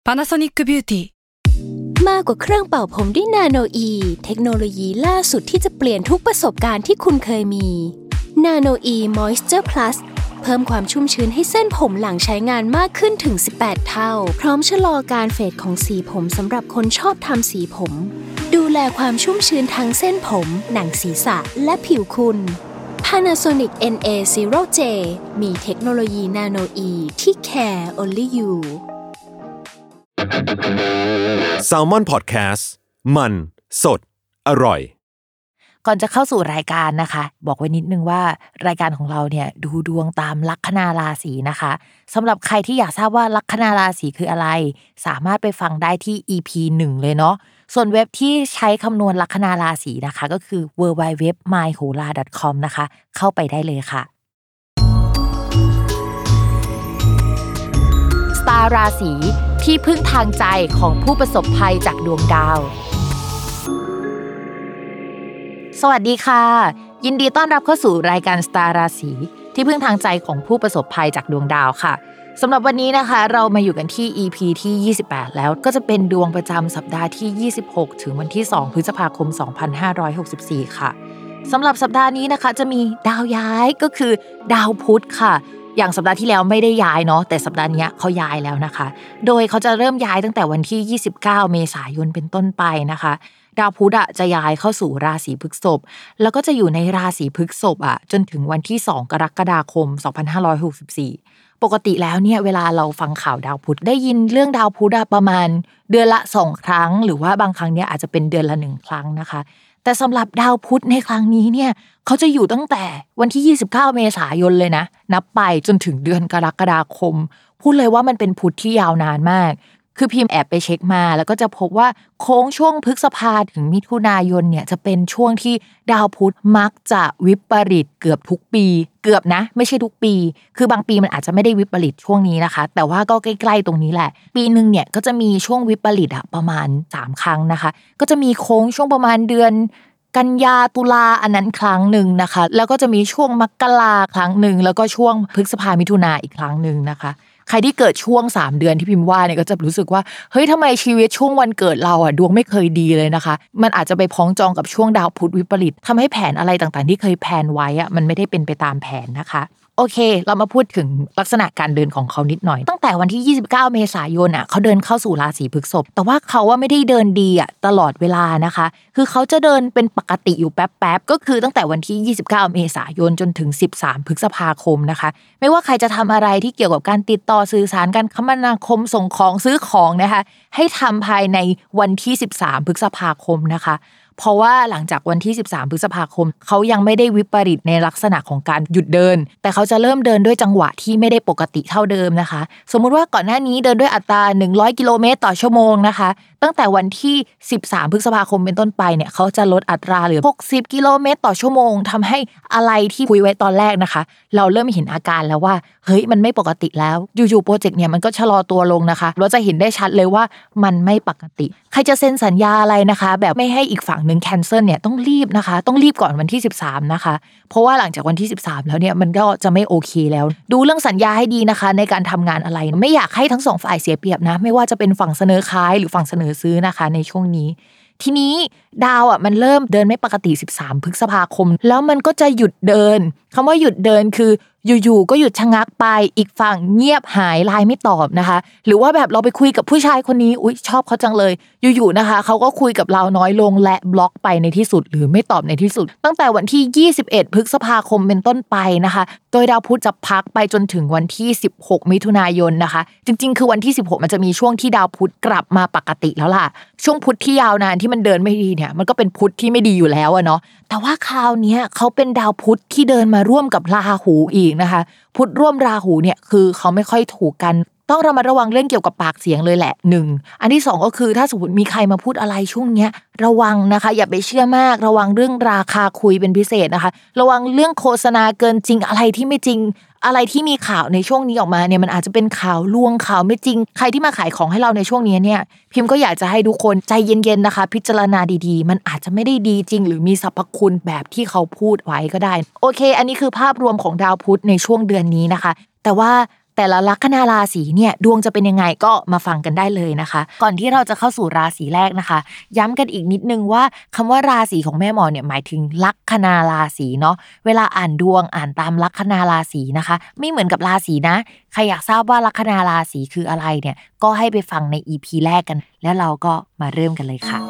Panasonic Beauty มากกว่าเครื่องเป่าผมด้วยนาโนอีเทคโนโลยีล่าสุดที่จะเปลี่ยนทุกประสบการณ์ที่คุณเคยมีนาโนอีมอยส์เจอร์พลัสเพิ่มความชุ่มชื้นให้เส้นผมหลังใช้งานมากขึ้นถึง18เท่าพร้อมชะลอการเฟดของสีผมสำหรับคนชอบทำสีผมดูแลความชุ่มชื้นทั้งเส้นผมหนังศีรษะและผิวคุณ Panasonic NA0J มีเทคโนโลยีนาโนอีที่ care only you Salmon Podcast มันสดอร่อยก่อนจะเข้าสู่รายการนะคะบอกไว้นิดนึงว่ารายการของเราเนี่ยดูดวงตามลัคนาราศีนะคะสำหรับใครที่อยากทราบว่าลัคนาราศีคืออะไรสามารถไปฟังได้ที่ EP 1 เลยเนาะส่วนเว็บที่ใช้คำนวณลัคนาราศีนะคะก็คือ www.myhola.com นะคะเข้าไปได้เลยค่ะสตาร์ราศีที่พึ่งทางใจของผู้ประสบภัยจากดวงดาวสวัสดีค่ะยินดีต้อนรับเข้าสู่รายการสตาร์ราศีที่พึ่งทางใจของผู้ประสบภัยจากดวงดาวค่ะสำหรับวันนี้นะคะเรามาอยู่กันที่ EP ที่28แล้วก็จะเป็นดวงประจำสัปดาห์ที่26ถึงวันที่2พฤษภาคม2564ค่ะสำหรับสัปดาห์นี้นะคะจะมีดาวย้ายก็คือดาวพุธค่ะอย่างสัปดาห์ที่แล้วไม่ได้ย้ายเนาะแต่สัปดาห์นี้เขาย้ายแล้วนะคะโดยเขาจะเริ่มย้ายตั้งแต่วันที่29เมษายนเป็นต้นไปนะคะดาวพุธจะย้ายเข้าสู่ราศีพฤษภแล้วก็จะอยู่ในราศีพฤษภจนถึงวันที่2กรกฎาคม2564ปกติแล้วเนี่ยเวลาเราฟังข่าวดาวพุธได้ยินเรื่องดาวพุธประมาณเดือนละ2ครั้งหรือว่าบางครั้งเนี่ยอาจจะเป็นเดือนละ1ครั้งนะคะแต่สำหรับดาวพุธในครั้งนี้เนี่ยเขาจะอยู่ตั้งแต่วันที่29เมษายนเลยนะนับไปจนถึงเดือนกรกฎาคมพูดเลยว่ามันเป็นพุธที่ยาวนานมากคือพิมพ์แอบไปเช็คมาแล้วก็จะพบว่าโค้งช่วงพฤษภาถึงมิถุนายนเนี่ยจะเป็นช่วงที่ดาวพุธมักจะวิปริตเกือบทุกปีเกือบนะไม่ใช่ทุกปีคือบางปีมันอาจจะไม่ได้วิปริตช่วงนี้นะคะแต่ว่าก็ใกล้ๆตรงนี้แหละปีนึงเนี่ยก็จะมีช่วงวิปริตประมาณ3ครั้งนะคะก็จะมีโค้งช่วงประมาณเดือนกันยาตุลาอันนั้นครั้งนึงนะคะแล้วก็จะมีช่วงมกราครั้งนึงแล้วก็ช่วงพฤษภามิถุนาอีกครั้งนึงนะคะใครที่เกิดช่วง3เดือนที่พิมพ์ว่าเนี่ยก็จะรู้สึกว่าเฮ้ยทำไมชีวิตช่วงวันเกิดเราดวงไม่เคยดีเลยนะคะมันอาจจะไปพ้องจองกับช่วงดาวพุธวิปริตทำให้แผนอะไรต่างๆที่เคยแพลนไว้มันไม่ได้เป็นไปตามแผนนะคะโอเคเรามาพูดถึงลักษณะการเดินของเขานิดหน่อยตั้งแต่วันที่29เมษายนเขาเดินเข้าสู่ราศีพฤษภแต่ว่าเขาไม่ได้เดินดีตลอดเวลานะคะคือเขาจะเดินเป็นปกติอยู่แป๊บๆก็คือตั้งแต่วันที่29เมษายนจนถึง13พฤษภาคมนะคะไม่ว่าใครจะทำอะไรที่เกี่ยวกับการติดต่อสื่อสารการคมนาคมส่งของซื้อของนะคะให้ทำภายในวันที่13พฤษภาคมนะคะเพราะว่าหลังจากวันที่13พฤษภาคมเขายังไม่ได้วิปริตในลักษณะของการหยุดเดินแต่เขาจะเริ่มเดินด้วยจังหวะที่ไม่ได้ปกติเท่าเดิมนะคะสมมุติว่าก่อนหน้านี้เดินด้วยอัตรา100กิโลเมตรต่อชั่วโมงนะคะตั้งแต่วันที่13พฤษภาคมเป็นต้นไปเนี่ยเขาจะลดอัตราเหลือ60กิโลเมตรต่อชั่วโมงทำให้อะไรที่คุยไว้ตอนแรกนะคะเราเริ่มเห็นอาการแล้วว่าเฮ้ยมันไม่ปกติแล้วอยู่ๆโปรเจกต์เนี่ยมันก็ชะลอตัวลงนะคะเราจะเห็นได้ชัดเลยว่ามันไม่ปกติใครจะเซ็นสัญญาอะไรนะคะแบบไม่ให้อีกฝั่งนึงแคนเซิลเนี่ยต้องรีบนะคะต้องรีบก่อนวันที่13นะคะเพราะว่าหลังจากวันที่13แล้วเนี่ยมันก็จะไม่โอเคแล้วดูเรื่องสัญญาให้ดีนะคะในการทำงานอะไรไม่อยากให้ทั้ง2ฝ่ายเสียเปรียบนะไม่ว่าจะเป็นฝั่งเสนอขายหรือฝั่งเสนอซื้อนะคะในช่วงนี้ทีนี้ดาวมันเริ่มเดินไม่ปกติ13พฤษภาคมแล้วมันก็จะหยุดเดินคำว่าหยุดเดินคืออยู่ๆก็หยุดชะงักไปอีกฝั่งเงียบหายไลน์ไม่ตอบนะคะหรือว่าแบบเราไปคุยกับผู้ชายคนนี้อุ๊ยชอบเขาจังเลยอยู่ๆนะคะเขาก็คุยกับเราน้อยลงและบล็อกไปในที่สุดหรือไม่ตอบในที่สุดตั้งแต่วันที่21พฤษภาคมเป็นต้นไปนะคะโดยดาวพุธจะพักไปจนถึงวันที่16มิถุนายนนะคะจริงๆคือวันที่16มันจะมีช่วงที่ดาวพุธกลับมาปกติแล้วล่ะช่วงพุธที่ยาวนานที่มันเดินไม่ดีเนี่ยมันก็เป็นพุธที่ไม่ดีอยู่แล้วเนาะแต่ว่าคราวนี้เขาเป็นดาวพุธที่เดินมาร่วมกับราหูอีกนะคะพุธร่วมราหูเนี่ยคือเขาไม่ค่อยถูกกันต้องระมัดระวังเรื่องเกี่ยวกับปากเสียงเลยแหละ1อันที่2ก็คือถ้าสมมติมีใครมาพูดอะไรช่วงเนี้ยระวังนะคะอย่าไปเชื่อมากระวังเรื่องราคาคุยเป็นพิเศษนะคะระวังเรื่องโฆษณาเกินจริงอะไรที่ไม่จริงอะไรที่มีข่าวในช่วงนี้ออกมาเนี่ยมันอาจจะเป็นข่าวลวงข่าวไม่จริงใครที่มาขายของให้เราในช่วงนี้เนี่ยพิมพ์ก็อยากจะให้ทุกคนใจเย็นๆนะคะพิจารณาดีๆมันอาจจะไม่ได้ดีจริงหรือมีสรรพคุณแบบที่เขาพูดไว้ก็ได้โอเคอันนี้คือภาพรวมของดาวพุธในช่วงเดือนนี้นะคะแต่ว่าแต่ละลัคนาราศีเนี่ยดวงจะเป็นยังไงก็มาฟังกันได้เลยนะคะก่อนที่เราจะเข้าสู่ราศีแรกนะคะย้ำกันอีกนิดนึงว่าคำว่าราศีของแม่หมอเนี่ยหมายถึงลัคนาราศีเนาะเวลาอ่านดวงอ่านตามลัคนาราศีนะคะไม่เหมือนกับราศีนะใครอยากทราบว่าลัคนาราศีคืออะไรเนี่ยก็ให้ไปฟังใน EP แรกกันแล้วเราก็มาเริ่มกันเลยค่ะ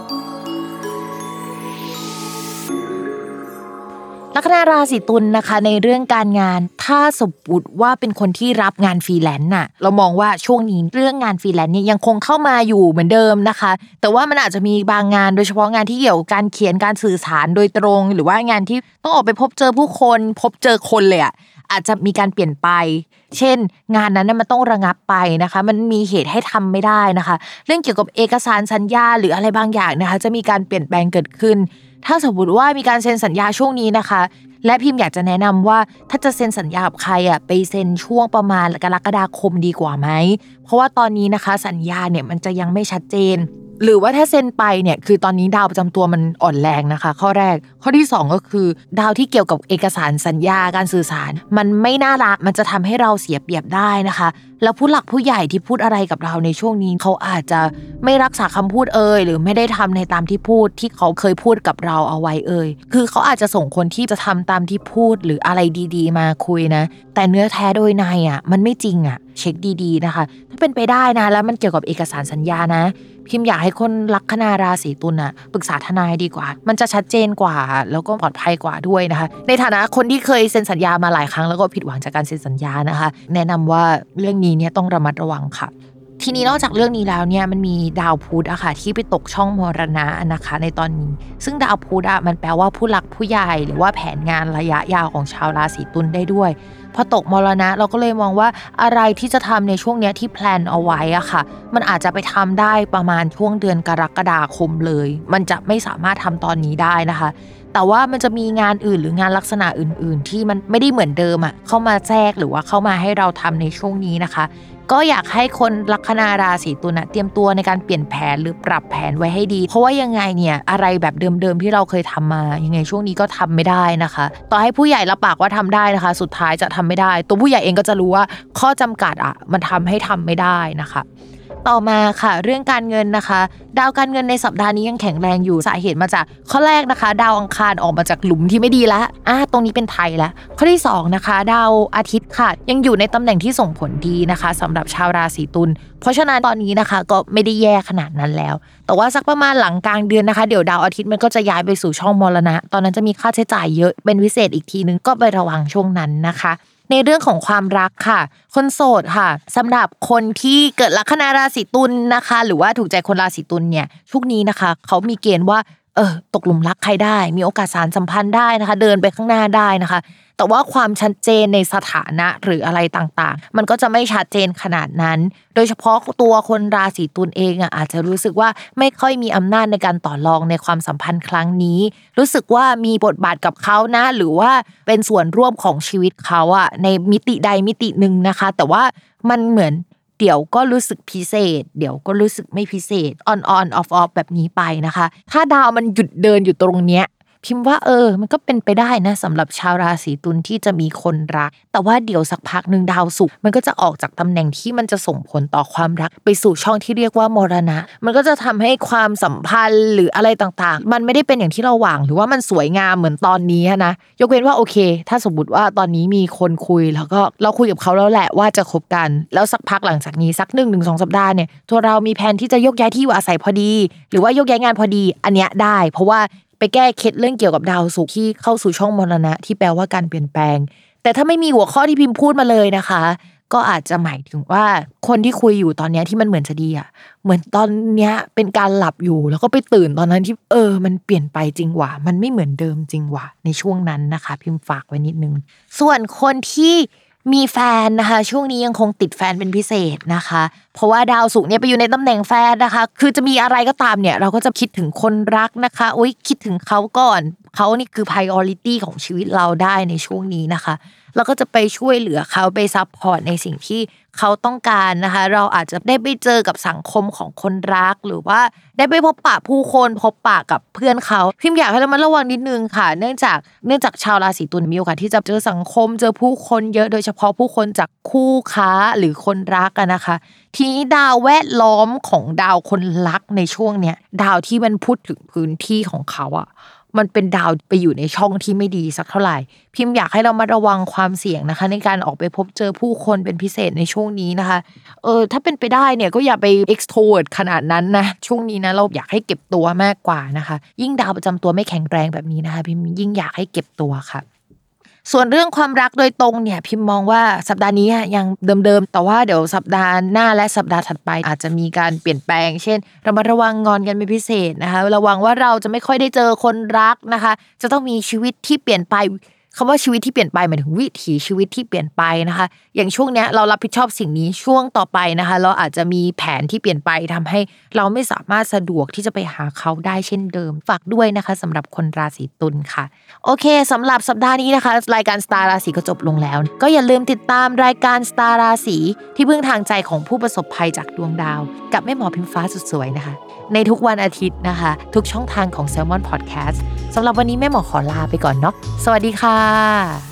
ลัคนาราศีตุลนะคะในเรื่องการงานถ้าสมมติว่าเป็นคนที่รับงานฟรีแลนซ์น่ะเรามองว่าช่วงนี้เรื่องงานฟรีแลนซ์เนี่ยยังคงเข้ามาอยู่เหมือนเดิมนะคะแต่ว่ามันอาจจะมีบางงานโดยเฉพาะงานที่เกี่ยวกับการเขียนการสื่อสารโดยตรงหรือว่างานที่ต้องออกไปพบเจอผู้คนพบเจอคนเลยอ่ะอาจจะมีการเปลี่ยนไปเช่นงานนั้นมันต้องระงับไปนะคะมันมีเหตุให้ทำไม่ได้นะคะเรื่องเกี่ยวกับเอกสารสัญญาหรืออะไรบางอย่างนะคะจะมีการเปลี่ยนแปลงเกิดขึ้นถ้าสมมติว่ามีการเซ็นสัญญาช่วงนี้นะคะและพิมพ์อยากจะแนะนำว่าถ้าจะเซ็นสัญญากับใครไปเซ็นช่วงประมาณกรกฎาคมดีกว่าไหมเพราะว่าตอนนี้นะคะสัญญาเนี่ยมันจะยังไม่ชัดเจนหรือว่าถ้าเซ็นไปเนี่ยคือตอนนี้ดาวประจำตัวมันอ่อนแรงนะคะข้อแรกข้อที่2ก็คือดาวที่เกี่ยวกับเอกสารสัญญาการสื่อสารมันไม่น่ารักมันจะทำให้เราเสียเปรียบได้นะคะแล้วผู้หลักผู้ใหญ่ที่พูดอะไรกับเราในช่วงนี้เขาอาจจะไม่รักษาคำพูดหรือไม่ได้ทำในตามที่พูดที่เขาเคยพูดกับเราเอาไว้คือเขาอาจจะส่งคนที่จะทำตามที่พูดหรืออะไรดีๆมาคุยนะแต่เนื้อแท้โดยในมันไม่จริงเช็คดีๆนะคะถ้าเป็นไปได้นะแล้วมันเกี่ยวกับเอกสารสัญญานะพิมพ์อยากให้คนลัคนาราศีตุลปรึกษาทนายดีกว่ามันจะชัดเจนกว่าแล้วก็ปลอดภัยกว่าด้วยนะคะในฐานะคนที่เคยเซ็นสัญญามาหลายครั้งแล้วก็ผิดหวังจากการเซ็นสัญญานะคะแนะนำว่าเรื่องนี้เนี่ยต้องระมัดระวังค่ะทีนี้นอกจากเรื่องนี้แล้วเนี่ยมันมีดาวพุธที่ไปตกช่องมรณะนะคะในตอนนี้ซึ่งดาวพุธมันแปลว่าผู้หลักผู้ใหญ่หรือว่าแผนงานระยะยาวของชาวราศีตุลได้ด้วยพอตกมรณะเราก็เลยมองว่าอะไรที่จะทำในช่วงนี้ที่แพลนเอาไว้ค่ะมันอาจจะไปทำได้ประมาณช่วงเดือนกรกฎาคมเลยมันจะไม่สามารถทำตอนนี้ได้นะคะแต่ว่ามันจะมีงานอื่นหรืองานลักษณะอื่นๆที่มันไม่ได้เหมือนเดิมเข้ามาแทรกหรือว่าเข้ามาให้เราทำในช่วงนี้นะคะก็อยากให้คนลัคนาราศีตุลเตรียมตัวในการเปลี่ยนแผนหรือปรับแผนไว้ให้ดีเพราะว่ายังไงเนี่ยอะไรแบบเดิมๆที่เราเคยทำมายังไงช่วงนี้ก็ทำไม่ได้นะคะต่อให้ผู้ใหญ่รับปากว่าทำได้นะคะสุดท้ายจะทำไม่ได้ตัวผู้ใหญ่เองก็จะรู้ว่าข้อจำกัดมันทำให้ทำไม่ได้นะคะต่อมาค่ะเรื่องการเงินนะคะดาวการเงินในสัปดาห์นี้ยังแข็งแรงอยู่สาเหตุมาจากข้อแรกนะคะดาวอังคารออกมาจากหลุมที่ไม่ดีแล้วตรงนี้เป็นไทยแล้วข้อที่2นะคะดาวอาทิตย์ค่ะยังอยู่ในตำแหน่งที่ส่งผลดีนะคะสำหรับชาวราศีตุลเพราะฉะนั้นตอนนี้นะคะก็ไม่ได้แย่ขนาดนั้นแล้วแต่ว่าสักประมาณหลังกลางเดือนนะคะเดี๋ยวดาวอาทิตย์มันก็จะย้ายไปสู่ช่องมรณะตอนนั้นจะมีค่าใช้จ่ายเยอะเป็นพิเศษอีกทีนึงก็ไประวังช่วงนั้นนะคะในเรื่องของความรักค่ะคนโสดค่ะสำหรับคนที่เกิดลัคนาราศีตุลนะคะหรือว่าถูกใจคนราศีตุลเนี่ยช่วงนี้นะคะเขามีเกณฑ์ว่าตกหลุมรักใครได้มีโอกาสสานสัมพันธ์ได้นะคะเดินไปข้างหน้าได้นะคะแต่ว่าความชัดเจนในสถานะหรืออะไรต่างๆมันก็จะไม่ชัดเจนขนาดนั้นโดยเฉพาะตัวคนราศีตุลเองอาจจะรู้สึกว่าไม่ค่อยมีอำนาจในการต่อรองในความสัมพันธ์ครั้งนี้รู้สึกว่ามีบทบาทกับเขานะหรือว่าเป็นส่วนร่วมของชีวิตเขาในมิติใดมิติหนึ่งนะคะแต่ว่ามันเหมือนเดี๋ยวก็รู้สึกพิเศษเดี๋ยวก็รู้สึกไม่พิเศษ on off แบบนี้ไปนะคะถ้าดาวมันหยุดเดินอยู่ตรงเนี้ยพิมพ์ว่ามันก็เป็นไปได้นะสำหรับชาวราศีตุลที่จะมีคนรักแต่ว่าเดี๋ยวสักพักนึงดาวศุกร์มันก็จะออกจากตำแหน่งที่มันจะส่งผลต่อความรักไปสู่ช่องที่เรียกว่ามรณะมันก็จะทำให้ความสัมพันธ์หรืออะไรต่างๆมันไม่ได้เป็นอย่างที่เราหวังหรือว่ามันสวยงามเหมือนตอนนี้นะยกเว้นว่าโอเคถ้าสมมติว่าตอนนี้มีคนคุยแล้วก็เราคุยกับเขาแล้วแหละว่าจะคบกันแล้วสักพักหลังจากนี้สัก 1-2 สัปดาห์เนี่ยตัวเรามีแผนที่จะยกย้ายที่อยู่อาศัยพอดีหรือว่ายกย้ายงานพอดีอันเนี้ยได้เพราะว่าไปแก้เคล็ดเรื่องเกี่ยวกับดาวศุกร์ที่เข้าสู่ช่องมรณะที่แปลว่าการเปลี่ยนแปลงแต่ถ้าไม่มีหัวข้อที่พิมพ์พูดมาเลยนะคะก็อาจจะหมายถึงว่าคนที่คุยอยู่ตอนนี้ที่มันเหมือนจะดีเหมือนตอนเนี้ยเป็นการหลับอยู่แล้วก็ไปตื่นตอนนั้นที่มันเปลี่ยนไปจริงว่ะมันไม่เหมือนเดิมจริงว่ะในช่วงนั้นนะคะพิมพ์ฝากไว้นิดนึงส่วนคนที่มีแฟนนะคะช่วงนี้ยังคงติดแฟนเป็นพิเศษนะคะเพราะว่าดาวศุกร์เนี่ยไปอยู่ในตำแหน่งแฟนนะคะคือจะมีอะไรก็ตามเนี่ยเราก็จะคิดถึงคนรักนะคะคิดถึงเขาก่อนเขานี่คือ priority ของชีวิตเราได้ในช่วงนี้นะคะเราก็จะไปช่วยเหลือเขาไปซัพพอร์ตในสิ่งที่เขาต้องการนะคะเราอาจจะได้ไปเจอกับสังคมของคนรักหรือว่าได้ไปพบปะผู้คนพบปะกับเพื่อนเขาพิมอยากให้เรามาระวังนิดนึงค่ะเนื่องจากชาวราศีตุลมีโอกาสที่จะเจอสังคมเจอผู้คนเยอะโดยเฉพาะผู้คนจากคู่ค้าหรือคนรักนะคะทีนี้ดาวแวดล้อมของดาวคนรักในช่วงเนี้ยดาวที่มันพูดถึงพื้นที่ของเขาอ่ะมันเป็นดาวไปอยู่ในช่องที่ไม่ดีสักเท่าไหร่พิมพ์อยากให้เรามาระวังความเสี่ยงนะคะในการออกไปพบเจอผู้คนเป็นพิเศษในช่วงนี้นะคะถ้าเป็นไปได้เนี่ยก็อย่าไป extrovert ขนาดนั้นนะช่วงนี้นะเราอยากให้เก็บตัวมากกว่านะคะยิ่งดาวประจำตัวไม่แข็งแรงแบบนี้นะคะพิมพ์ยิ่งอยากให้เก็บตัวค่ะส่วนเรื่องความรักโดยตรงเนี่ยพิมมองว่าสัปดาห์นี้ยังเดิมๆแต่ว่าเดี๋ยวสัปดาห์หน้าและสัปดาห์ถัดไปอาจจะมีการเปลี่ยนแปลงเช่นระมัดระวังงอนกันเป็นพิเศษนะคะระวังว่าเราจะไม่ค่อยได้เจอคนรักนะคะจะต้องมีชีวิตที่เปลี่ยนไปคำว่าชีวิตที่เปลี่ยนไปหมายถึงวิถีชีวิตที่เปลี่ยนไปนะคะอย่างช่วงเนี้ยเรารับผิดชอบสิ่งนี้ช่วงต่อไปนะคะเราอาจจะมีแผนที่เปลี่ยนไปทำให้เราไม่สามารถสะดวกที่จะไปหาเขาได้เช่นเดิมฝากด้วยนะคะสำหรับคนราศีตุลค่ะโอเคสำหรับสัปดาห์นี้นะคะรายการสตาร์ราศีก็จบลงแล้วก็อย่าลืมติดตามรายการสตาร์ราศีที่พึ่งทางใจของผู้ประสบภัยจากดวงดาวกับแม่หมอพิมฟ้าสุดสวยนะคะในทุกวันอาทิตย์นะคะทุกช่องทางของ Salmon Podcast สำหรับวันนี้แม่หมอขอลาไปก่อนเนาะสวัสดีค่ะ